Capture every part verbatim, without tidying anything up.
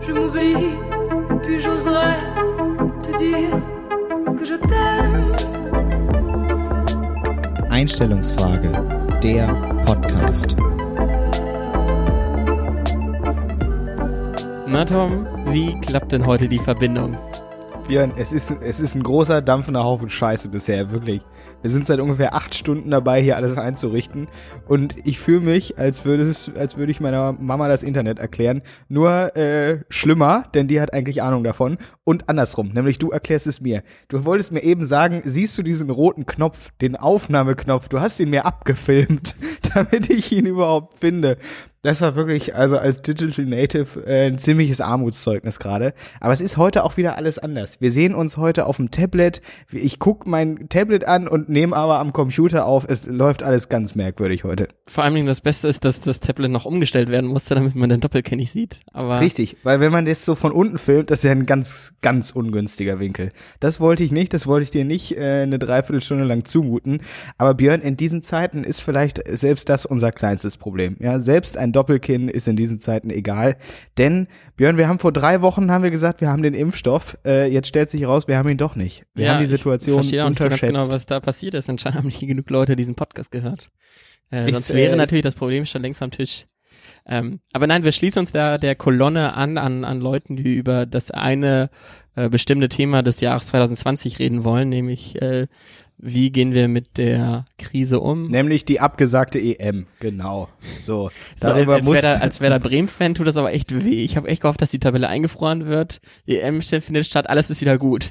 je m'oublie, et puis j'oserais te dire que je t'aime. Einstellungsfrage, der Podcast. Na Tom, wie klappt denn heute die Verbindung? Björn, es ist, es ist ein großer, dampfender Haufen Scheiße bisher, wirklich. Wir sind seit ungefähr acht Stunden dabei, hier alles einzurichten. Und ich fühle mich, als würde es, als würde ich meiner Mama das Internet erklären. Nur äh, schlimmer, denn die hat eigentlich Ahnung davon. Und andersrum, nämlich du erklärst es mir. Du wolltest mir eben sagen, siehst du diesen roten Knopf, den Aufnahmeknopf, du hast ihn mir abgefilmt, damit ich ihn überhaupt finde. Das war wirklich, also als Digital Native, äh, ein ziemliches Armutszeugnis gerade. Aber es ist heute auch wieder alles anders. Wir sehen uns heute auf dem Tablet. Ich gucke mein Tablet an und nehme aber am Computer auf. Es läuft alles ganz merkwürdig heute. Vor allem das Beste ist, dass das Tablet noch umgestellt werden musste, damit man den Doppelkinn nicht sieht. Aber richtig, weil wenn man das so von unten filmt, das ist ja ein ganz, ganz ungünstiger Winkel. Das wollte ich nicht, das wollte ich dir nicht äh, eine Dreiviertelstunde lang zumuten. Aber Björn, in diesen Zeiten ist vielleicht selbst das unser kleinstes Problem. Ja, selbst ein Doppelkinn ist in diesen Zeiten egal, denn Björn, wir haben vor drei Wochen haben wir gesagt, wir haben den Impfstoff, äh, jetzt stellt sich raus, wir haben ihn doch nicht. Wir ja, haben die Situation ich verstehe auch nicht so unterschätzt. ganz genau, was da passiert ist. Anscheinend haben nicht genug Leute diesen Podcast gehört. Äh, Ich, sonst wäre äh, natürlich das Problem schon längst am Tisch. Ähm, aber nein, wir schließen uns da der Kolonne an, an, an Leuten, die über das eine äh, bestimmte Thema des Jahres zwanzig zwanzig reden wollen, nämlich äh, wie gehen wir mit der Krise um? Nämlich die abgesagte E M, genau. So, So, darüber als muss wäre da, als wär da Bremen-Fan, tut das aber echt weh. Ich habe echt gehofft, dass die Tabelle eingefroren wird. Die E M findet statt, alles ist wieder gut.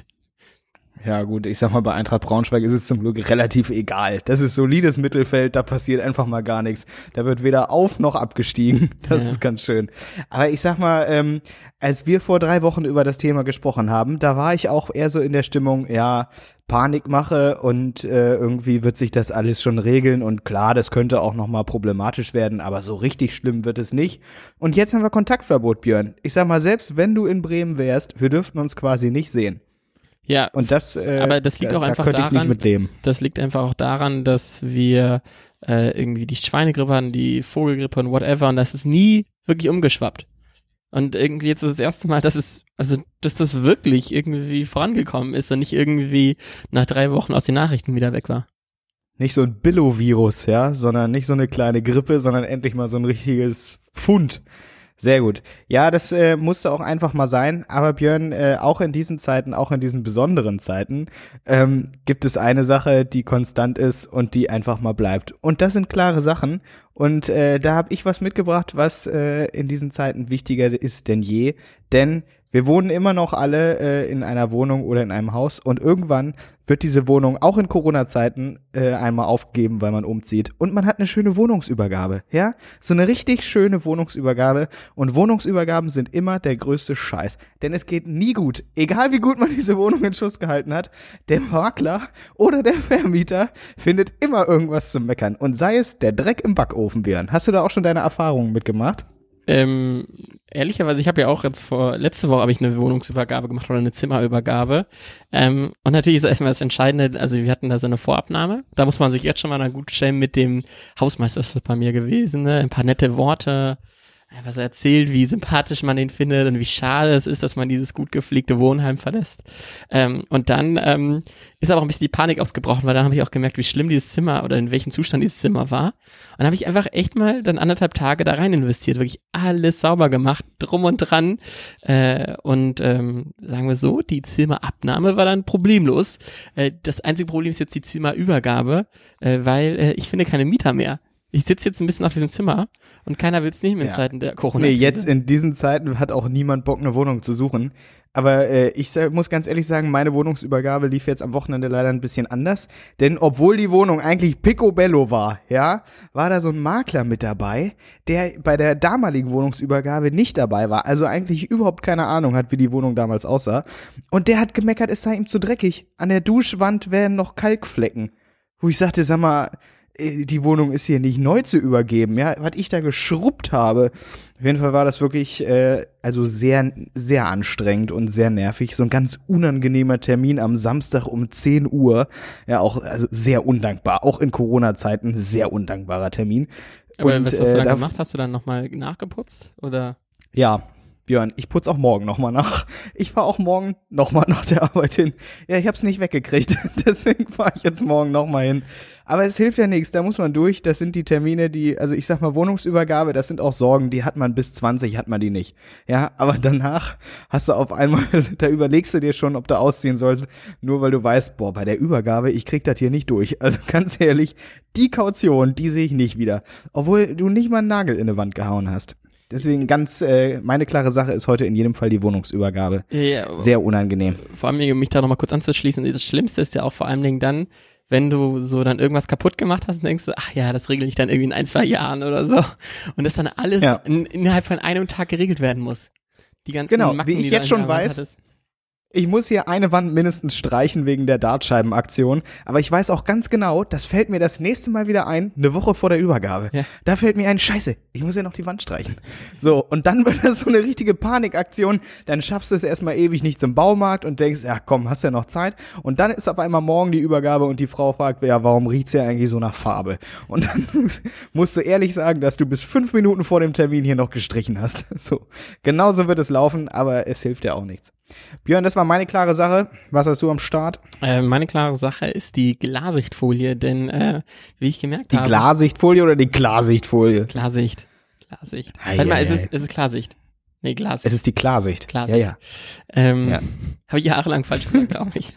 Ja gut, ich sag mal, bei Eintracht Braunschweig ist es zum Glück relativ egal. Das ist solides Mittelfeld, da passiert einfach mal gar nichts. Da wird weder auf noch abgestiegen. Das Ja. ist ganz schön. Aber ich sag mal, ähm, als wir vor drei Wochen über das Thema gesprochen haben, da war ich auch eher so in der Stimmung, ja, Panikmache und äh, irgendwie wird sich das alles schon regeln und klar, das könnte auch nochmal problematisch werden, aber so richtig schlimm wird es nicht. Und jetzt haben wir Kontaktverbot, Björn. Ich sag mal, selbst wenn du in Bremen wärst, wir dürften uns quasi nicht sehen. Ja, Und das, äh, aber das liegt da, auch einfach da könnte ich daran, nicht mit leben. das liegt einfach auch daran, dass wir äh, irgendwie die Schweinegrippe hatten, die Vogelgrippe und whatever und das ist nie wirklich umgeschwappt. Und irgendwie jetzt ist das erste Mal, dass es, also, dass das wirklich irgendwie vorangekommen ist und nicht irgendwie nach drei Wochen aus den Nachrichten wieder weg war. Nicht so ein Billo-Virus, ja, sondern nicht so eine kleine Grippe, sondern endlich mal so ein richtiges Pfund. Sehr gut. Ja, das äh, musste auch einfach mal sein. Aber Björn, äh, auch in diesen Zeiten, auch in diesen besonderen Zeiten, ähm, gibt es eine Sache, die konstant ist und die einfach mal bleibt. Und das sind klare Sachen. Und äh, da habe ich was mitgebracht, was äh, in diesen Zeiten wichtiger ist denn je. Denn wir wohnen immer noch alle äh, in einer Wohnung oder in einem Haus und irgendwann wird diese Wohnung auch in Corona-Zeiten äh, einmal aufgegeben, weil man umzieht und man hat eine schöne Wohnungsübergabe, ja? So eine richtig schöne Wohnungsübergabe und Wohnungsübergaben sind immer der größte Scheiß, denn es geht nie gut, egal wie gut man diese Wohnung in Schuss gehalten hat, der Makler oder der Vermieter findet immer irgendwas zu meckern und sei es der Dreck im Backofen, Björn. Hast du da auch schon deine Erfahrungen mitgemacht? Ähm, ehrlicherweise, ich habe ja auch jetzt vor, letzte Woche habe ich eine Wohnungsübergabe gemacht oder eine Zimmerübergabe. Ähm, und natürlich ist erstmal das Entscheidende, also wir hatten da so eine Vorabnahme. Da muss man sich jetzt schon mal gut stellen mit dem Hausmeister, ist das bei mir gewesen, ne? Ein paar nette Worte, einfach so erzählt, wie sympathisch man den findet und wie schade es ist, dass man dieses gut gepflegte Wohnheim verlässt. Ähm, und dann ähm, ist aber auch ein bisschen die Panik ausgebrochen, weil dann habe ich auch gemerkt, wie schlimm dieses Zimmer oder in welchem Zustand dieses Zimmer war. Und dann habe ich einfach echt mal dann anderthalb Tage da rein investiert, wirklich alles sauber gemacht, drum und dran. Äh, und ähm, sagen wir so, die Zimmerabnahme war dann problemlos. Äh, das einzige Problem ist jetzt die Zimmerübergabe, äh, weil äh, ich finde keine Mieter mehr. Ich sitze jetzt ein bisschen auf diesem Zimmer und keiner will es nehmen in Ja. Zeiten der Corona. Nee, jetzt in diesen Zeiten hat auch niemand Bock, eine Wohnung zu suchen. Aber äh, ich sag, muss ganz ehrlich sagen, meine Wohnungsübergabe lief jetzt am Wochenende leider ein bisschen anders. Denn obwohl die Wohnung eigentlich picobello war, ja, war da so ein Makler mit dabei, der bei der damaligen Wohnungsübergabe nicht dabei war. Also eigentlich überhaupt keine Ahnung hat, wie die Wohnung damals aussah. Und der hat gemeckert, es sei ihm zu dreckig. An der Duschwand wären noch Kalkflecken. Wo ich sagte, sag mal, die Wohnung ist hier nicht neu zu übergeben, ja, was ich da geschrubbt habe. Auf jeden Fall war das wirklich, äh, also sehr, sehr anstrengend und sehr nervig. So ein ganz unangenehmer Termin am Samstag um zehn Uhr. Ja, auch, also sehr undankbar. Auch in Corona-Zeiten sehr undankbarer Termin. Aber und, was hast du äh, dann da, gemacht? Hast du dann nochmal nachgeputzt? Oder? Ja, Björn, ich putz auch morgen nochmal nach. Ich fahr auch morgen nochmal nach der Arbeit hin. Ja, ich hab's nicht weggekriegt, deswegen fahre ich jetzt morgen nochmal hin. Aber es hilft ja nichts, da muss man durch. Das sind die Termine, die, also ich sag mal Wohnungsübergabe, das sind auch Sorgen, die hat man bis zwanzig, hat man die nicht. Ja, aber danach hast du auf einmal, da überlegst du dir schon, ob du ausziehen sollst, nur weil du weißt, boah, bei der Übergabe, ich krieg das hier nicht durch. Also ganz ehrlich, die Kaution, die sehe ich nicht wieder. Obwohl du nicht mal einen Nagel in eine Wand gehauen hast. Deswegen ganz, äh, meine klare Sache ist heute in jedem Fall die Wohnungsübergabe. Ja, sehr unangenehm. Vor allem, um mich da nochmal kurz anzuschließen, das Schlimmste ist ja auch vor allen Dingen dann, wenn du so dann irgendwas kaputt gemacht hast und denkst, ach ja, das regle ich dann irgendwie in ein, zwei Jahren oder so. Und das dann alles ja. in, innerhalb von einem Tag geregelt werden muss. Die ganzen genau, Macken, wie ich die jetzt schon weiß, hattest. Ich muss hier eine Wand mindestens streichen wegen der Dartscheibenaktion, aber ich weiß auch ganz genau, das fällt mir das nächste Mal wieder ein, eine Woche vor der Übergabe. Ja. Da fällt mir ein, scheiße, ich muss ja noch die Wand streichen. So, und dann wird das so eine richtige Panikaktion, dann schaffst du es erstmal ewig nicht zum Baumarkt und denkst, ja komm, hast ja noch Zeit. Und dann ist auf einmal morgen die Übergabe und die Frau fragt, ja, warum riecht's ja eigentlich so nach Farbe? Und dann musst du ehrlich sagen, dass du bis fünf Minuten vor dem Termin hier noch gestrichen hast. So, genauso wird es laufen, aber es hilft ja auch nichts. Björn, das war meine klare Sache. Was hast du am Start? Äh, meine klare Sache ist die Klarsichtfolie, denn äh, wie ich gemerkt die habe... Die Klarsichtfolie oder die Klarsichtfolie? Klarsicht. Klarsicht. Ei, Warte mal, ei, es ei. ist, es ist Klarsicht. Nee, Glasicht. Es ist die Klarsicht. Klarsicht. Ja, ja. Ähm, ja. Habe ich jahrelang falsch gesagt, glaube ich.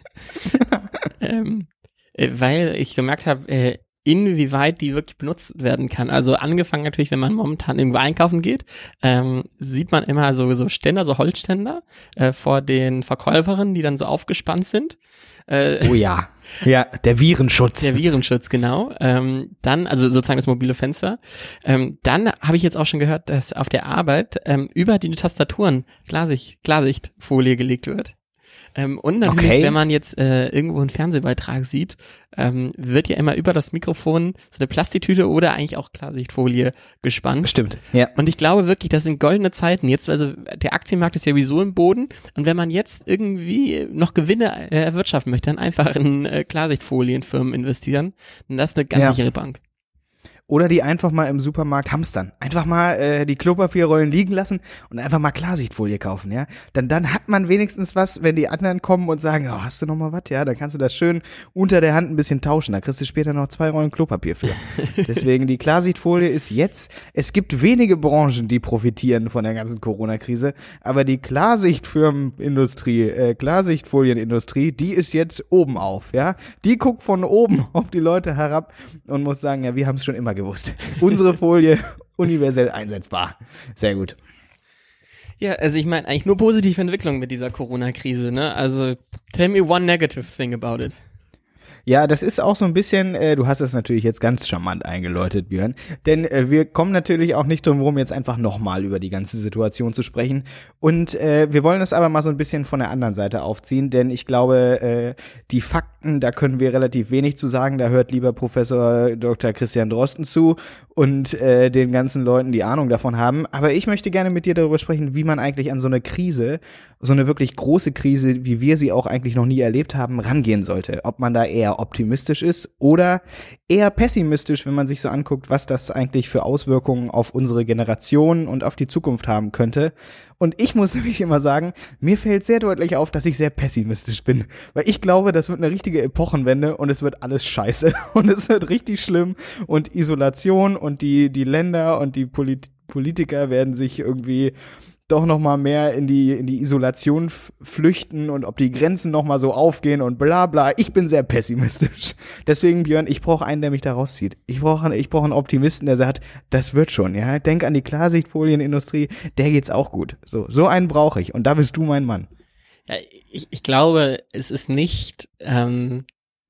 ähm, äh, weil ich gemerkt habe, äh, inwieweit die wirklich benutzt werden kann. Also angefangen natürlich, wenn man momentan irgendwo einkaufen geht, ähm, sieht man immer so, so Ständer, so Holzständer äh, vor den Verkäuferinnen, die dann so aufgespannt sind. Äh, oh ja, ja, der Virenschutz. Der Virenschutz, genau. Ähm, dann, also sozusagen das mobile Fenster. Ähm, dann habe ich jetzt auch schon gehört, dass auf der Arbeit ähm, über die Tastaturen Glasicht, Klarsichtfolie gelegt wird. Ähm, und natürlich, okay. wenn man jetzt äh, irgendwo einen Fernsehbeitrag sieht, ähm, wird ja immer über das Mikrofon so eine Plastiktüte oder eigentlich auch Klarsichtfolie gespannt. Stimmt, ja. Und ich glaube wirklich, das sind goldene Zeiten. Jetzt, also der Aktienmarkt ist ja sowieso im Boden. Und wenn man jetzt irgendwie noch Gewinne äh, erwirtschaften möchte, dann einfach in äh, Klarsichtfolienfirmen investieren. Und das ist eine ganz ja. sichere Bank. Oder die einfach mal im Supermarkt hamstern. Einfach mal äh, die Klopapierrollen liegen lassen und einfach mal Klarsichtfolie kaufen, ja. Dann dann hat man wenigstens was, wenn die anderen kommen und sagen, oh, hast du noch mal was? Ja, dann kannst du das schön unter der Hand ein bisschen tauschen. Da kriegst du später noch zwei Rollen Klopapier für. Deswegen, die Klarsichtfolie ist jetzt, es gibt wenige Branchen, die profitieren von der ganzen Corona-Krise, aber die Klarsichtfirmenindustrie, äh, Klarsichtfolienindustrie, die ist jetzt oben auf, ja. Die guckt von oben auf die Leute herab und muss sagen, ja, wir haben es schon immer gewusst. Unsere Folie universell einsetzbar. Sehr gut. Ja, also ich meine eigentlich nur positive Entwicklungen mit dieser Corona-Krise, ne? Also tell me one negative thing about it. Ja, das ist auch so ein bisschen, äh, du hast es natürlich jetzt ganz charmant eingeläutet, Björn, denn äh, wir kommen natürlich auch nicht drum herum, jetzt einfach nochmal über die ganze Situation zu sprechen und äh, wir wollen es aber mal so ein bisschen von der anderen Seite aufziehen, denn ich glaube, äh, die Fakten, da können wir relativ wenig zu sagen, da hört lieber Professor Doktor Christian Drosten zu und äh, den ganzen Leuten, die Ahnung davon haben, aber ich möchte gerne mit dir darüber sprechen, wie man eigentlich an so eine Krise, so eine wirklich große Krise, wie wir sie auch eigentlich noch nie erlebt haben, rangehen sollte, ob man da eher optimistisch ist oder eher pessimistisch, wenn man sich so anguckt, was das eigentlich für Auswirkungen auf unsere Generation und auf die Zukunft haben könnte. Und ich muss nämlich immer sagen, mir fällt sehr deutlich auf, dass ich sehr pessimistisch bin, weil ich glaube, das wird eine richtige Epochenwende und es wird alles scheiße und es wird richtig schlimm und Isolation und die die Länder und die Polit- Politiker werden sich irgendwie doch noch mal mehr in die in die Isolation f- flüchten und ob die Grenzen noch mal so aufgehen und bla bla. Ich bin sehr pessimistisch. Deswegen, Björn, ich brauche einen, der mich da rauszieht. Ich brauche ich brauche einen Optimisten, der sagt, das wird schon, ja. Denk an die Klarsichtfolienindustrie, der geht's auch gut. So, so einen brauche ich und da bist du mein Mann. Ja, ich, ich glaube, es ist nicht ähm,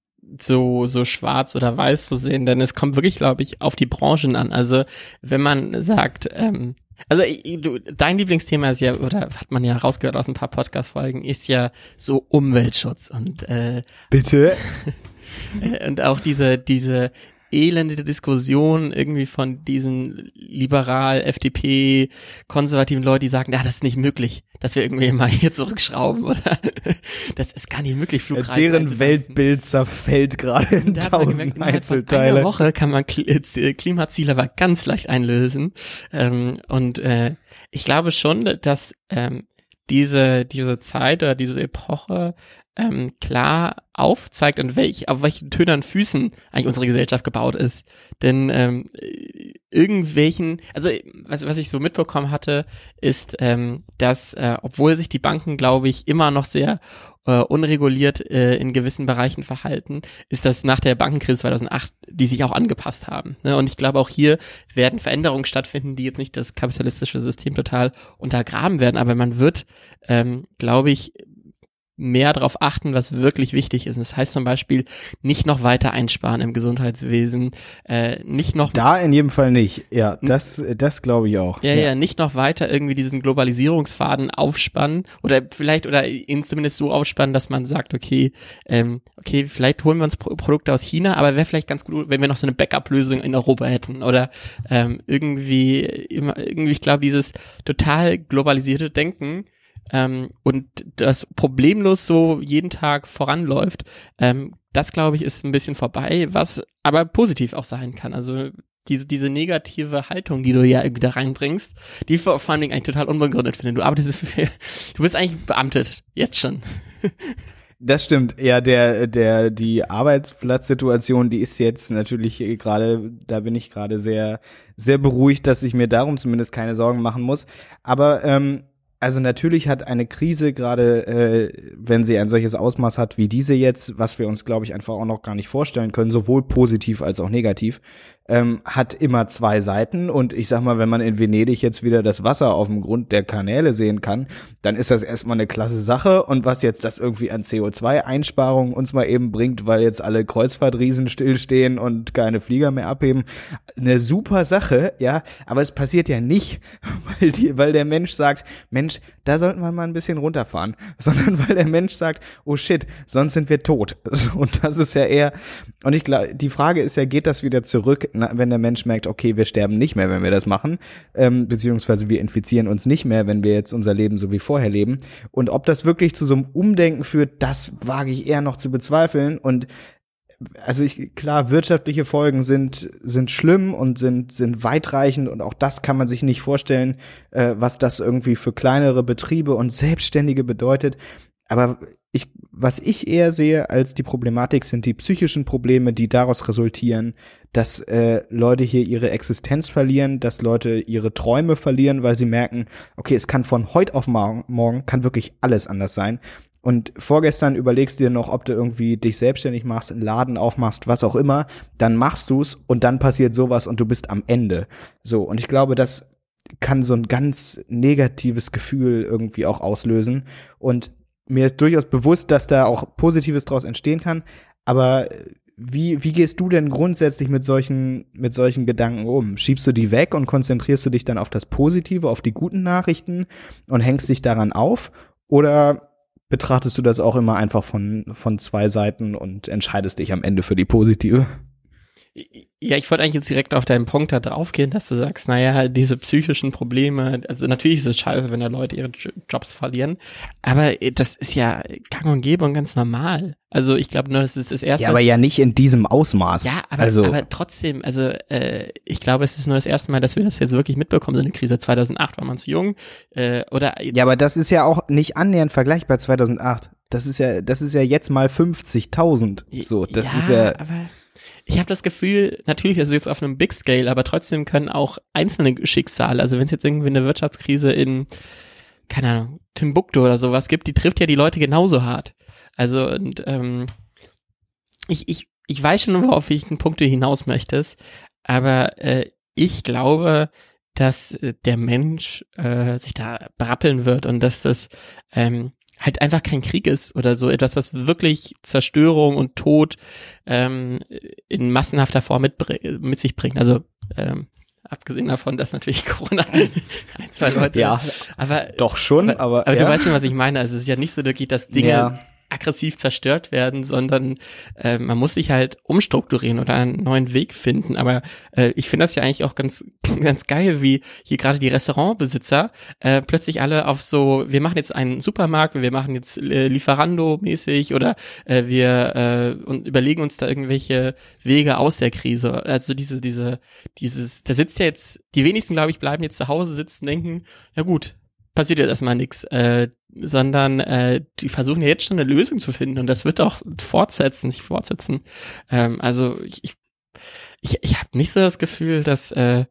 so so schwarz oder weiß zu sehen, denn es kommt wirklich, glaube ich, auf die Branchen an. Also wenn man sagt, ähm, also du, dein Lieblingsthema ist ja, oder hat man ja rausgehört aus ein paar Podcast-Folgen, ist ja so Umweltschutz und äh, bitte und auch diese diese elende Diskussion irgendwie von diesen liberal, F D P, konservativen Leuten, die sagen, ja, das ist nicht möglich, dass wir irgendwie mal hier zurückschrauben, oder? Das ist gar nicht möglich, Flugreisen. Ja, deren Weltbild zerfällt gerade in tausend Einzelteile. In einer Woche kann man Klimaziele aber ganz leicht einlösen. Ähm, und äh, ich glaube schon, dass ähm, diese diese Zeit oder diese Epoche ähm, klar aufzeigt, an welch, auf welchen Tönern Füßen eigentlich unsere Gesellschaft gebaut ist. Denn ähm, irgendwelchen, also was, was ich so mitbekommen hatte, ist, ähm, dass äh, obwohl sich die Banken, glaube ich, immer noch sehr äh, unreguliert äh, in gewissen Bereichen verhalten, ist das nach der Bankenkrise zweitausendacht, die sich auch angepasst haben. Ne? Und ich glaube, auch hier werden Veränderungen stattfinden, die jetzt nicht das kapitalistische System total untergraben werden, aber man wird, ähm, glaube ich, mehr darauf achten, was wirklich wichtig ist. Und das heißt zum Beispiel, nicht noch weiter einsparen im Gesundheitswesen, äh, nicht noch... Da in jedem Fall nicht, ja, das das glaube ich auch. Ja, ja, ja, nicht noch weiter irgendwie diesen Globalisierungsfaden aufspannen oder vielleicht, oder ihn zumindest so aufspannen, dass man sagt, okay, ähm, okay, vielleicht holen wir uns Pro- Produkte aus China, aber wäre vielleicht ganz gut, wenn wir noch so eine Backup-Lösung in Europa hätten oder ähm, irgendwie, immer, irgendwie, ich glaube, dieses total globalisierte Denken, Ähm, und das problemlos so jeden Tag voranläuft, ähm, das glaube ich ist ein bisschen vorbei, was aber positiv auch sein kann. Also diese diese negative Haltung, die du ja irgendwie da reinbringst, die vor, vor allen Dingen eigentlich total unbegründet finde. Du arbeitest, für, du bist eigentlich beamtet, jetzt schon. Das stimmt, ja, der, der, die Arbeitsplatzsituation, die ist jetzt natürlich gerade, da bin ich gerade sehr, sehr beruhigt, dass ich mir darum zumindest keine Sorgen machen muss. Aber, ähm, also natürlich hat eine Krise, gerade äh, wenn sie ein solches Ausmaß hat wie diese jetzt, was wir uns, glaube ich, einfach auch noch gar nicht vorstellen können, sowohl positiv als auch negativ, ähm, hat immer zwei Seiten. Und ich sag mal, wenn man in Venedig jetzt wieder das Wasser auf dem Grund der Kanäle sehen kann, dann ist das erstmal eine klasse Sache. Und was jetzt das irgendwie an C O zwei Einsparungen uns mal eben bringt, weil jetzt alle Kreuzfahrtriesen stillstehen und keine Flieger mehr abheben, eine super Sache, ja. Aber es passiert ja nicht, weil die, weil der Mensch sagt, Mensch, da sollten wir mal ein bisschen runterfahren, sondern weil der Mensch sagt, oh shit, sonst sind wir tot. Und das ist ja eher, und ich glaube, die Frage ist ja, geht das wieder zurück, na, wenn der Mensch merkt, okay, wir sterben nicht mehr, wenn wir das machen, ähm, beziehungsweise wir infizieren uns nicht mehr, wenn wir jetzt unser Leben so wie vorher leben. Und ob das wirklich zu so einem Umdenken führt, das wage ich eher noch zu bezweifeln. Und also ich, klar, wirtschaftliche Folgen sind sind schlimm und sind sind weitreichend und auch das kann man sich nicht vorstellen, äh, was das irgendwie für kleinere Betriebe und Selbstständige bedeutet. Aber ich, was ich eher sehe als die Problematik, sind die psychischen Probleme, die daraus resultieren, dass äh, Leute hier ihre Existenz verlieren, dass Leute ihre Träume verlieren, weil sie merken, okay, es kann von heute auf morgen, morgen kann wirklich alles anders sein. Und vorgestern überlegst du dir noch, ob du irgendwie dich selbstständig machst, einen Laden aufmachst, was auch immer, dann machst du's und dann passiert sowas und du bist am Ende. So, und ich glaube, das kann so ein ganz negatives Gefühl irgendwie auch auslösen. Und mir ist durchaus bewusst, dass da auch Positives draus entstehen kann, aber wie wie gehst du denn grundsätzlich mit solchen mit solchen Gedanken um? Schiebst du die weg und konzentrierst du dich dann auf das Positive, auf die guten Nachrichten und hängst dich daran auf? Oder betrachtest du das auch immer einfach von von zwei Seiten und entscheidest dich am Ende für die positive? Ja, ich wollte eigentlich jetzt direkt auf deinen Punkt da draufgehen, dass du sagst, naja, diese psychischen Probleme, also natürlich ist es scheiße, wenn da Leute ihre Jobs verlieren, aber das ist ja gang und gäbe und ganz normal. Also ich glaube nur, das ist das erste. Ja, aber ja nicht in diesem Ausmaß. Ja, aber, also, aber trotzdem, also äh, ich glaube, es ist nur das erste Mal, dass wir das jetzt wirklich mitbekommen, so eine Krise. zweitausendacht war man zu jung, äh, oder. Ja, aber das ist ja auch nicht annähernd vergleichbar zweitausendacht. Das ist ja, das ist ja jetzt mal fünfzigtausend. So, das ja, ist ja. Aber ich habe das Gefühl, natürlich ist es jetzt auf einem Big Scale, aber trotzdem können auch einzelne Schicksale, also wenn es jetzt irgendwie eine Wirtschaftskrise in, keine Ahnung, Timbuktu oder sowas gibt, die trifft ja die Leute genauso hart. Also und ähm, ich ich ich weiß schon, worauf ich den Punkt hinaus möchtest, aber äh, ich glaube, dass äh, der Mensch äh, sich da berappeln wird und dass das ähm, halt einfach kein Krieg ist oder so etwas, was wirklich Zerstörung und Tod ähm, in massenhafter Form mit, mit sich bringt. Also ähm, abgesehen davon, dass natürlich Corona ein, zwei Leute, ja, aber doch schon, aber, aber, aber ja. Du weißt schon, was ich meine. Also es ist ja nicht so wirklich, dass Dinge ja. aggressiv zerstört werden, sondern äh, man muss sich halt umstrukturieren oder einen neuen Weg finden. Aber äh, ich finde das ja eigentlich auch ganz ganz geil, wie hier gerade die Restaurantbesitzer äh, plötzlich alle auf so, wir machen jetzt einen Supermarkt, wir machen jetzt äh, Lieferando-mäßig oder äh, wir äh, und überlegen uns da irgendwelche Wege aus der Krise. Also diese diese dieses, da sitzt ja jetzt, die wenigsten, glaube ich, bleiben jetzt zu Hause sitzen und denken, ja gut, passiert jetzt erstmal nichts, äh, sondern äh, die versuchen ja jetzt schon eine Lösung zu finden und das wird auch fortsetzen, sich fortsetzen. Ähm, also ich ich, ich, ich habe nicht so das Gefühl, dass äh,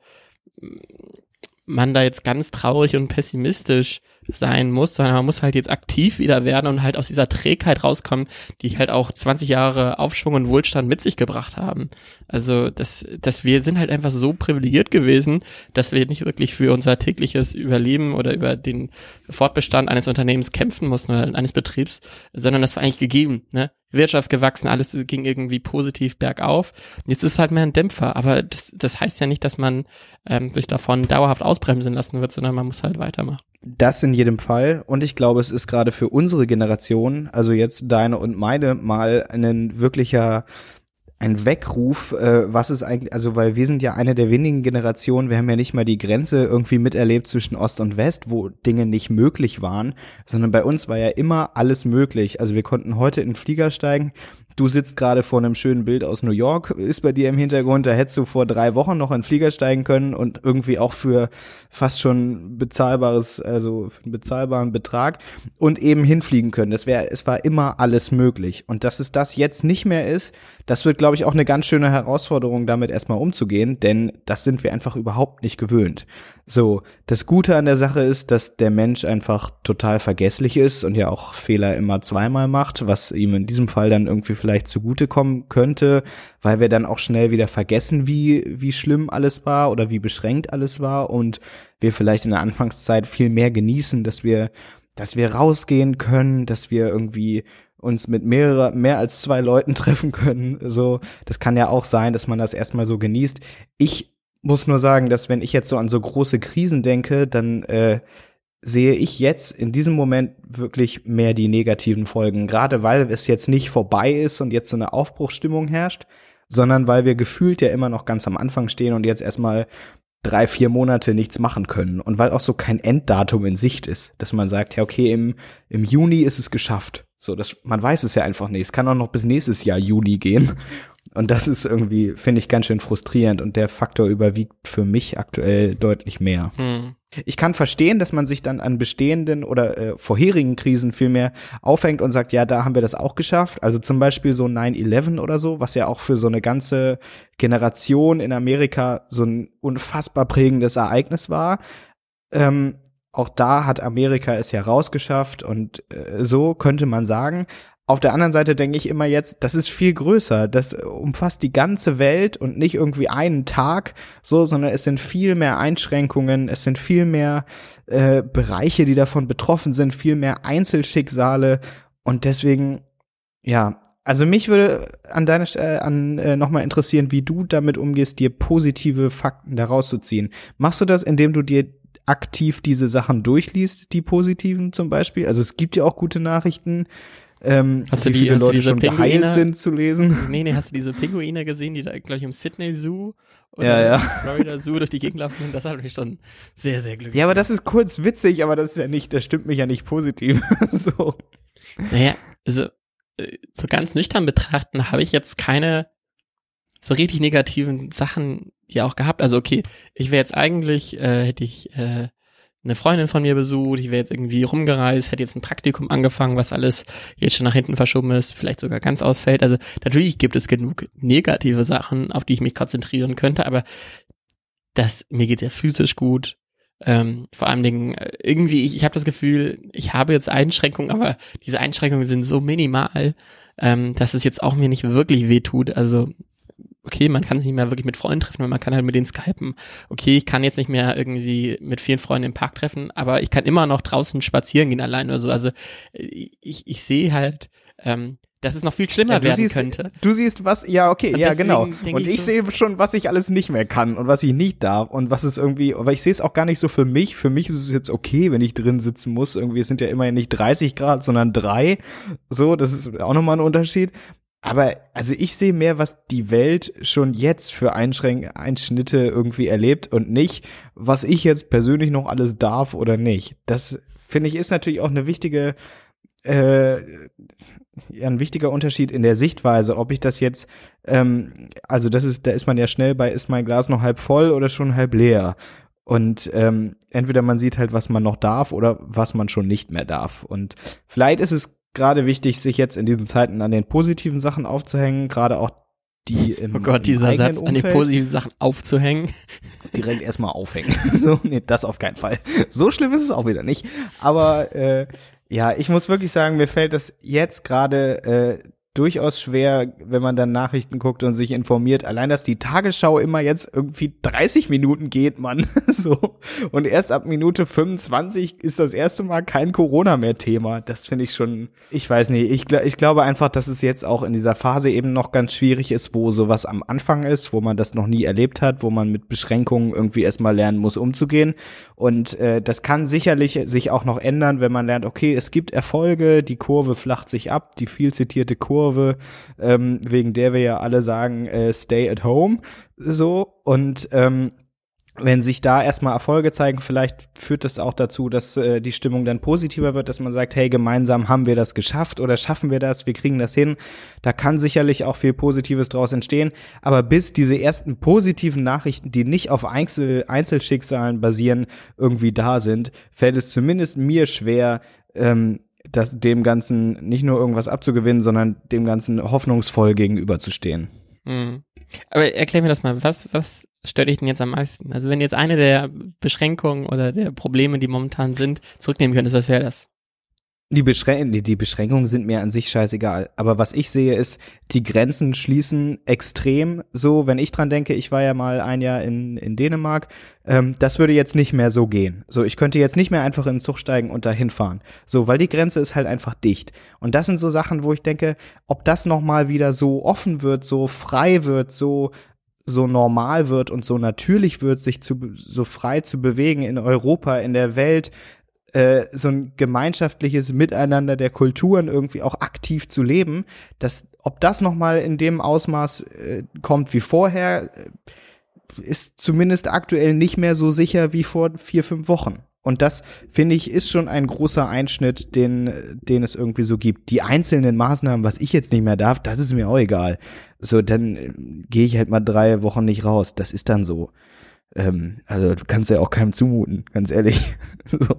man da jetzt ganz traurig und pessimistisch sein muss, sondern man muss halt jetzt aktiv wieder werden und halt aus dieser Trägheit rauskommen, die halt auch zwanzig Jahre Aufschwung und Wohlstand mit sich gebracht haben. Also, dass, dass wir sind halt einfach so privilegiert gewesen, dass wir nicht wirklich für unser tägliches Überleben oder über den Fortbestand eines Unternehmens kämpfen mussten oder eines Betriebs, sondern das war eigentlich gegeben, ne? Wirtschaftsgewachsen, alles ging irgendwie positiv bergauf. Jetzt ist halt mehr ein Dämpfer, aber das, das heißt ja nicht, dass man ähm, sich davon dauerhaft ausbremsen lassen wird, sondern man muss halt weitermachen. Das in jedem Fall. Und ich glaube, es ist gerade für unsere Generation, also jetzt deine und meine, mal ein wirklicher ein Weckruf, äh, was ist eigentlich, also weil wir sind ja eine der wenigen Generationen, wir haben ja nicht mal die Grenze irgendwie miterlebt zwischen Ost und West, wo Dinge nicht möglich waren, sondern bei uns war ja immer alles möglich. Also wir konnten heute in den Flieger steigen. Du sitzt gerade vor einem schönen Bild aus New York, ist bei dir im Hintergrund, da hättest du vor drei Wochen noch in den Flieger steigen können und irgendwie auch für fast schon bezahlbares, also für einen bezahlbaren Betrag und eben hinfliegen können. Das wäre, es war immer alles möglich. Und dass es das jetzt nicht mehr ist, das wird, glaube ich, auch eine ganz schöne Herausforderung, damit erstmal umzugehen, denn das sind wir einfach überhaupt nicht gewöhnt. So, das Gute an der Sache ist, dass der Mensch einfach total vergesslich ist und ja auch Fehler immer zweimal macht, was ihm in diesem Fall dann irgendwie vielleicht zugutekommen könnte, weil wir dann auch schnell wieder vergessen, wie wie schlimm alles war oder wie beschränkt alles war und wir vielleicht in der Anfangszeit viel mehr genießen, dass wir dass wir rausgehen können, dass wir irgendwie uns mit mehrerer, mehr als zwei Leuten treffen können. So, das kann ja auch sein, dass man das erstmal so genießt. Ich muss nur sagen, dass wenn ich jetzt so an so große Krisen denke, dann äh, sehe ich jetzt in diesem Moment wirklich mehr die negativen Folgen. Gerade weil es jetzt nicht vorbei ist und jetzt so eine Aufbruchsstimmung herrscht, sondern weil wir gefühlt ja immer noch ganz am Anfang stehen und jetzt erstmal drei, vier Monate nichts machen können. Und weil auch so kein Enddatum in Sicht ist, dass man sagt, ja okay, im im Juni ist es geschafft. So, das, man weiß es ja einfach nicht. Es kann auch noch bis nächstes Jahr Juni gehen. Und das ist irgendwie, finde ich, ganz schön frustrierend. Und der Faktor überwiegt für mich aktuell deutlich mehr. Hm. Ich kann verstehen, dass man sich dann an bestehenden oder äh, vorherigen Krisen viel mehr aufhängt und sagt, ja, da haben wir das auch geschafft. Also zum Beispiel so nine eleven oder so, was ja auch für so eine ganze Generation in Amerika so ein unfassbar prägendes Ereignis war. Ähm, auch da hat Amerika es ja rausgeschafft und äh, so könnte man sagen. Auf der anderen Seite denke ich immer jetzt, das ist viel größer, das umfasst die ganze Welt und nicht irgendwie einen Tag, so, sondern es sind viel mehr Einschränkungen, es sind viel mehr äh, Bereiche, die davon betroffen sind, viel mehr Einzelschicksale und deswegen, ja, also mich würde an deiner Stelle an äh, nochmal interessieren, wie du damit umgehst, dir positive Fakten daraus zu ziehen. Machst du das, indem du dir aktiv diese Sachen durchliest, die positiven zum Beispiel? Also es gibt ja auch gute Nachrichten. Ähm, hast du wie die, viele hast Leute du diese schon Pinguine, geheilt sind zu lesen? Nee, nee, hast du diese Pinguine gesehen, die da gleich im Sydney Zoo oder ja, ja. im Florida Zoo durch die Gegend laufen? Das hat mich schon sehr, sehr glücklich. Ja, aber das ist kurz witzig, aber das ist ja nicht, das stimmt mich ja nicht positiv. So. Naja, also so ganz nüchtern betrachten habe ich jetzt keine so richtig negativen Sachen ja auch gehabt. Also okay, ich wäre jetzt eigentlich, äh, hätte ich äh, eine Freundin von mir besucht, ich wäre jetzt irgendwie rumgereist, hätte jetzt ein Praktikum angefangen, was alles jetzt schon nach hinten verschoben ist, vielleicht sogar ganz ausfällt. Also natürlich gibt es genug negative Sachen, auf die ich mich konzentrieren könnte, aber das, mir geht ja physisch gut. Ähm, vor allen Dingen irgendwie, ich, ich habe das Gefühl, ich habe jetzt Einschränkungen, aber diese Einschränkungen sind so minimal, ähm, dass es jetzt auch mir nicht wirklich wehtut. Also okay, man kann sich nicht mehr wirklich mit Freunden treffen, weil man kann halt mit denen skypen. Okay, ich kann jetzt nicht mehr irgendwie mit vielen Freunden im Park treffen, aber ich kann immer noch draußen spazieren gehen allein oder so. Also ich, ich sehe halt, ähm, dass es noch viel schlimmer Ja, du werden siehst, könnte. Du siehst was, ja, okay, Und ja, deswegen genau. denk Und ich ich so- sehe schon, was ich alles nicht mehr kann und was ich nicht darf und was es irgendwie, aber ich sehe es auch gar nicht so für mich. Für mich ist es jetzt okay, wenn ich drin sitzen muss. Irgendwie, es sind ja immerhin nicht dreißig Grad, sondern drei. So, das ist auch nochmal ein Unterschied. Aber, also ich sehe mehr, was die Welt schon jetzt für Einschränk- Einschnitte irgendwie erlebt und nicht, was ich jetzt persönlich noch alles darf oder nicht. Das, finde ich, ist natürlich auch eine wichtige, äh, ja, ein wichtiger Unterschied in der Sichtweise, ob ich das jetzt, ähm, also das ist, da ist man ja schnell bei, ist mein Glas noch halb voll oder schon halb leer? Und ähm, entweder man sieht halt, was man noch darf oder was man schon nicht mehr darf. Und vielleicht ist es gerade wichtig, sich jetzt in diesen Zeiten an den positiven Sachen aufzuhängen, gerade auch die im, Oh Gott, im dieser eigenen Satz, an die Umfeld. positiven Sachen aufzuhängen. Direkt erstmal aufhängen. So, nee, das auf keinen Fall. So schlimm ist es auch wieder nicht. Aber äh, ja, ich muss wirklich sagen, mir fällt das jetzt gerade äh, durchaus schwer, wenn man dann Nachrichten guckt und sich informiert. Allein, dass die Tagesschau immer jetzt irgendwie dreißig Minuten geht, Mann. So. Und erst ab Minute fünfundzwanzig ist das erste Mal kein Corona mehr Thema. Das finde ich schon, ich weiß nicht, ich, gl- ich glaube einfach, dass es jetzt auch in dieser Phase eben noch ganz schwierig ist, wo sowas am Anfang ist, wo man das noch nie erlebt hat, wo man mit Beschränkungen irgendwie erstmal lernen muss, umzugehen. Und äh, das kann sicherlich sich auch noch ändern, wenn man lernt, okay, es gibt Erfolge, die Kurve flacht sich ab, die viel zitierte Kurve, ähm, wegen der wir ja alle sagen, äh, stay at home, so. Und ähm, wenn sich da erstmal Erfolge zeigen, vielleicht führt das auch dazu, dass äh, die Stimmung dann positiver wird, dass man sagt, hey, gemeinsam haben wir das geschafft oder schaffen wir das, wir kriegen das hin. Da kann sicherlich auch viel Positives draus entstehen. Aber bis diese ersten positiven Nachrichten, die nicht auf Einzel- Einzelschicksalen basieren, irgendwie da sind, fällt es zumindest mir schwer, ähm, das, dem Ganzen nicht nur irgendwas abzugewinnen, sondern dem Ganzen hoffnungsvoll gegenüberzustehen. Mhm. Aber erklär mir das mal, was, was stört dich denn jetzt am meisten? Also wenn jetzt eine der Beschränkungen oder der Probleme, die momentan sind, zurücknehmen könntest, was wäre das? Die, Beschrän- die, die Beschränkungen sind mir an sich scheißegal. Aber was ich sehe ist, die Grenzen schließen extrem. So, wenn ich dran denke, ich war ja mal ein Jahr in, in Dänemark, ähm, das würde jetzt nicht mehr so gehen. So, ich könnte jetzt nicht mehr einfach in den Zug steigen und dahin fahren. So, weil die Grenze ist halt einfach dicht. Und das sind so Sachen, wo ich denke, ob das nochmal wieder so offen wird, so frei wird, so so normal wird und so natürlich wird, sich zu so frei zu bewegen in Europa, in der Welt, äh, so ein gemeinschaftliches Miteinander der Kulturen irgendwie auch aktiv zu leben, dass, ob das nochmal in dem Ausmaß äh, kommt wie vorher, äh, ist zumindest aktuell nicht mehr so sicher wie vor vier, fünf Wochen. Und das, finde ich, ist schon ein großer Einschnitt, den, den es irgendwie so gibt. Die einzelnen Maßnahmen, was ich jetzt nicht mehr darf, das ist mir auch egal. So, dann äh, gehe ich halt mal drei Wochen nicht raus. Das ist dann so. Ähm, also, du kannst ja auch keinem zumuten, ganz ehrlich. So.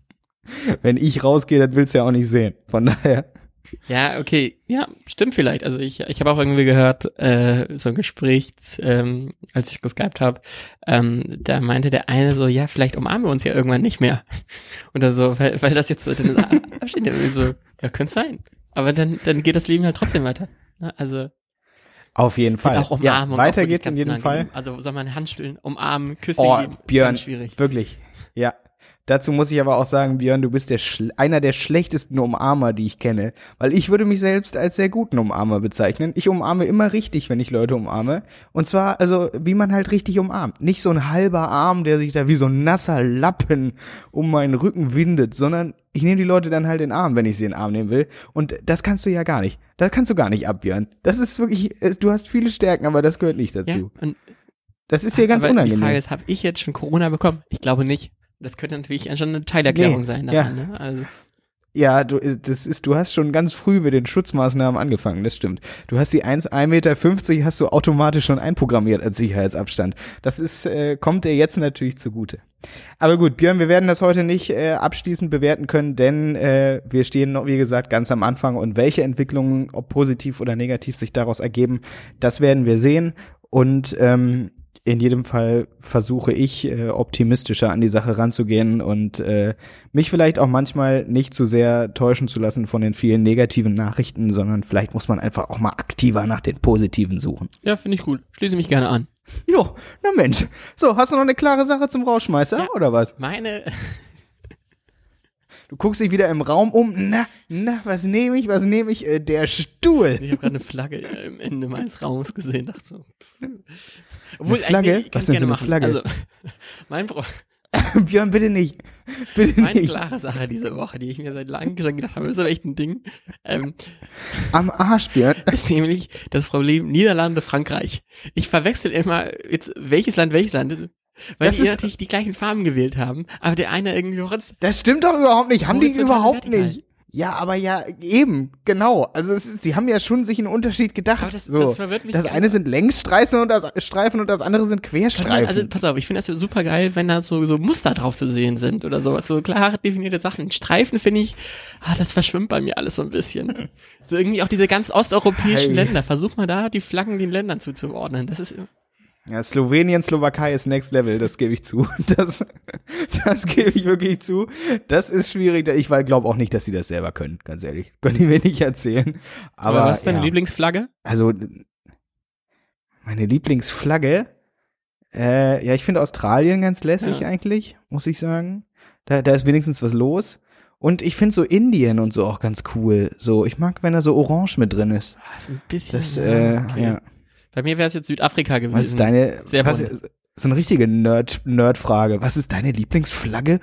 Wenn ich rausgehe, das willst du ja auch nicht sehen. Von daher. Ja, okay, ja, stimmt vielleicht. Also ich, ich habe auch irgendwie gehört, äh, so ein Gespräch, ähm, als ich geskypt habe, ähm, da meinte der eine so, ja, vielleicht umarmen wir uns ja irgendwann nicht mehr. Oder so, weil, weil das jetzt so, dann steht irgendwie so, ja, könnte sein. Aber dann, dann geht das Leben halt trotzdem weiter. Ne? Also Auf jeden Fall. auch Umarmung. Ja, weiter auch wirklich geht's in ganz jedem unangenehm. Fall. Also soll man Handstellen, umarmen, Küsse Oh, geben, Björn, ganz schwierig. wirklich. Ja. Dazu muss ich aber auch sagen, Björn, du bist der schl- einer der schlechtesten Umarmer, die ich kenne. Weil ich würde mich selbst als sehr guten Umarmer bezeichnen. Ich umarme immer richtig, wenn ich Leute umarme. Und zwar, also, wie man halt richtig umarmt. Nicht so ein halber Arm, der sich da wie so ein nasser Lappen um meinen Rücken windet, sondern ich nehme die Leute dann halt in den Arm, wenn ich sie in den Arm nehmen will. Und das kannst du ja gar nicht. Das kannst du gar nicht ab, Björn. Das ist wirklich, du hast viele Stärken, aber das gehört nicht dazu. Ja, und Das ist dir ganz aber unangenehm. Die Frage ist, habe ich jetzt schon Corona bekommen? Ich glaube nicht. Das könnte natürlich schon eine Teilerklärung Nee, sein ja. davon. Ne? Also Ja, du, das ist, du hast schon ganz früh mit den Schutzmaßnahmen angefangen, das stimmt. Du hast die eins Meter fünfzig hast du automatisch schon einprogrammiert als Sicherheitsabstand. Das ist, äh, kommt dir jetzt natürlich zugute. Aber gut, Björn, wir werden das heute nicht äh, abschließend bewerten können, denn äh, wir stehen noch, wie gesagt, ganz am Anfang und welche Entwicklungen, ob positiv oder negativ, sich daraus ergeben, das werden wir sehen und ähm, in jedem Fall versuche ich, äh, optimistischer an die Sache ranzugehen und äh, mich vielleicht auch manchmal nicht zu sehr täuschen zu lassen von den vielen negativen Nachrichten, sondern vielleicht muss man einfach auch mal aktiver nach den positiven suchen. ja, finde ich cool. Schließe mich gerne an. Jo, na Mensch. So, hast du noch eine klare Sache zum Rausschmeißer, Ja. oder was? Meine, Du guckst dich wieder im Raum um. Na, na, was nehme ich, was nehme ich? Äh, der Stuhl. Ich habe gerade eine Flagge im Ende meines Raums gesehen. Dachte so, obwohl, eine Flagge? Ich, ich was denn für eine machen. Flagge? Also, mein Bro. Björn, bitte nicht. Bitte Meine nicht. klare Sache diese Woche, die ich mir seit langem schon gedacht habe, ist aber echt ein Ding. Ähm, Am Arsch, Björn. ist nämlich das Problem Niederlande, Frankreich. Ich verwechsel immer jetzt welches Land welches Land ist. Weil Das die ist- natürlich die gleichen Farben gewählt haben, aber der eine irgendwie trotz. Das stimmt doch überhaupt nicht. Haben die Horizontal, überhaupt vertikal. nicht. Ja, aber ja, eben, genau. Also es ist, sie haben ja schon sich einen Unterschied gedacht. Aber das- so. das verwirrt mich das ganz. eine sind Längsstreifen und das Streifen und das andere sind Querstreifen. Also pass auf, ich finde das ja super geil, wenn da so, so Muster drauf zu sehen sind oder sowas, so klar definierte Sachen. Streifen finde ich, ah, das verschwimmt bei mir alles so ein bisschen. So irgendwie auch diese ganz osteuropäischen Hey. Länder. Versuch mal da die Flaggen den Ländern zuzuordnen. Das ist Ja, Slowenien, Slowakei ist Next Level, das gebe ich zu. Das, das gebe ich wirklich zu. Das ist schwierig. Ich glaube auch nicht, dass sie das selber können, ganz ehrlich. Können die mir nicht erzählen. Aber, Aber was ist deine ja. Lieblingsflagge? Also, meine Lieblingsflagge, äh, ja, ich finde Australien ganz lässig Ja. eigentlich, muss ich sagen. Da, da ist wenigstens was los. Und ich finde so Indien und so auch ganz cool. So, ich mag, wenn da so Orange mit drin ist. Ah, ist ein bisschen. Das, äh, okay. ja. Bei mir wäre es jetzt Südafrika gewesen. Was ist deine, Sehr was, bunt. so eine richtige Nerd, Nerd-Frage. Was ist deine Lieblingsflagge?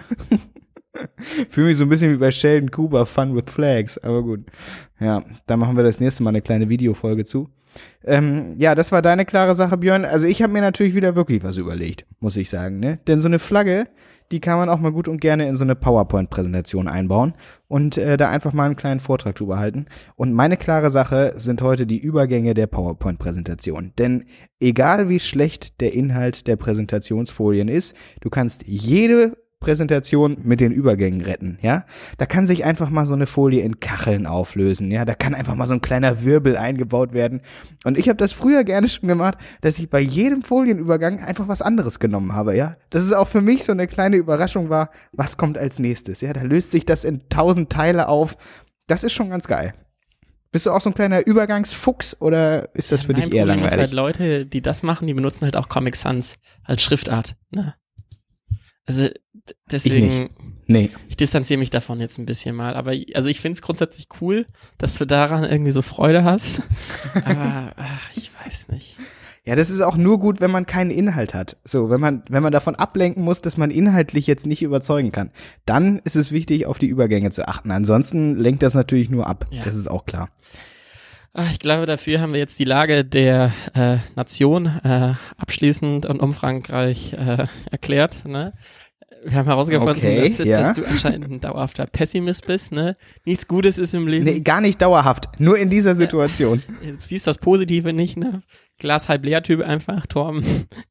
Fühle mich so ein bisschen wie bei Sheldon Cooper, Fun with Flags, aber gut. Ja, da machen wir das nächste Mal eine kleine Videofolge zu. Ähm, ja, das war deine klare Sache, Björn. Also ich habe mir natürlich wieder wirklich was überlegt, muss ich sagen, ne? Denn so eine Flagge, die kann man auch mal gut und gerne in so eine PowerPoint-Präsentation einbauen und äh, da einfach mal einen kleinen Vortrag drüber halten. Und meine klare Sache sind heute die Übergänge der PowerPoint-Präsentation. Denn egal wie schlecht der Inhalt der Präsentationsfolien ist, du kannst jede Präsentation mit den Übergängen retten, ja? Da kann sich einfach mal so eine Folie in Kacheln auflösen, ja? Da kann einfach mal so ein kleiner Wirbel eingebaut werden. Und ich habe das früher gerne schon gemacht, dass ich bei jedem Folienübergang einfach was anderes genommen habe, ja? Dass es auch für mich so eine kleine Überraschung war, was kommt als nächstes, ja? Da löst sich das in tausend Teile auf. Das ist schon ganz geil. Bist du auch so ein kleiner Übergangsfuchs oder ist das für Mein dich eher Problem ist langweilig? halt Leute, die das machen, die benutzen halt auch Comic Sans als Schriftart. Ne? Also d- deswegen, nicht. Nee. ich distanziere mich davon jetzt ein bisschen mal. Aber also ich finde es grundsätzlich cool, dass du daran irgendwie so Freude hast. Aber ach, ich weiß nicht. Ja, das ist auch nur gut, wenn man keinen Inhalt hat. So, wenn man, wenn man davon ablenken muss, dass man inhaltlich jetzt nicht überzeugen kann, dann ist es wichtig, auf die Übergänge zu achten. Ansonsten lenkt das natürlich nur ab. Ja. Das ist auch klar. Ach, ich glaube, dafür haben wir jetzt die Lage der äh, Nation äh, abschließend und umfangreich äh, erklärt. Ne? Wir haben herausgefunden, Okay, dass, ja. dass du anscheinend ein dauerhafter Pessimist bist. Ne? Nichts Gutes ist im Leben. Nee, gar nicht dauerhaft. Nur in dieser Situation. Du siehst das Positive nicht, ne? Glas halb leer Typ einfach, Torben.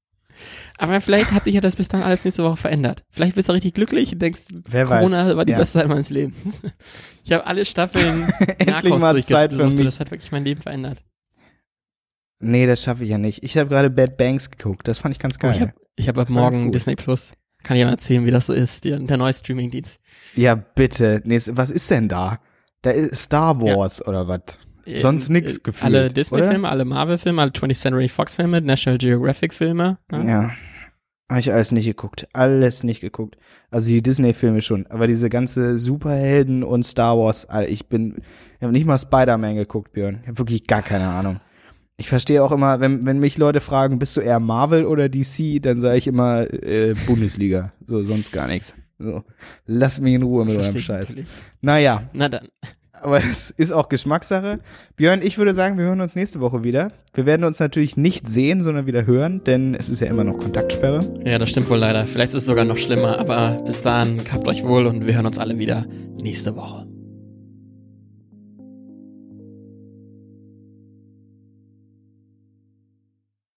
Aber vielleicht hat sich ja das bis dann alles nächste Woche verändert. Vielleicht bist du richtig glücklich und denkst, Wer Corona weiß. war die Ja. beste Zeit meines Lebens. Ich habe alle Staffeln Endlich Narcos mal Zeit für durchgesucht und mich. das hat wirklich mein Leben verändert. Nee, das schaffe ich ja nicht. Ich habe gerade Bad Banks geguckt. Das fand ich ganz Oh, geil. ich habe ich hab ab Das war ganz morgen gut. Disney Plus. Kann ich mal erzählen, wie das so ist, der, der neue Streamingdienst. Ja, bitte. Nee, was ist denn da? Da ist Star Wars oder was? Sonst nix Äh, gefühlt, Alle oder? Disney-Filme, alle Marvel-Filme, alle twentieth Century Fox-Filme, National Geographic-Filme. Ne? Ja. Habe ich alles nicht geguckt. Alles nicht geguckt. Also die Disney-Filme schon. Aber diese ganze Superhelden und Star Wars, Alter, ich bin, ich habe nicht mal Spider-Man geguckt, Björn. Ich habe wirklich gar keine Ahnung. Ich verstehe auch immer, wenn, wenn mich Leute fragen, bist du eher Marvel oder D C, dann sage ich immer äh, Bundesliga. So, sonst gar nichts. So, lass mich in Ruhe mit eurem Verstehe ich Scheiß. natürlich. Naja, Na dann. aber es ist auch Geschmackssache. Björn, ich würde sagen, wir hören uns nächste Woche wieder. Wir werden uns natürlich nicht sehen, sondern wieder hören, denn es ist ja immer noch Kontaktsperre. Ja, das stimmt wohl leider. Vielleicht ist es sogar noch schlimmer, aber bis dahin, habt euch wohl und wir hören uns alle wieder nächste Woche.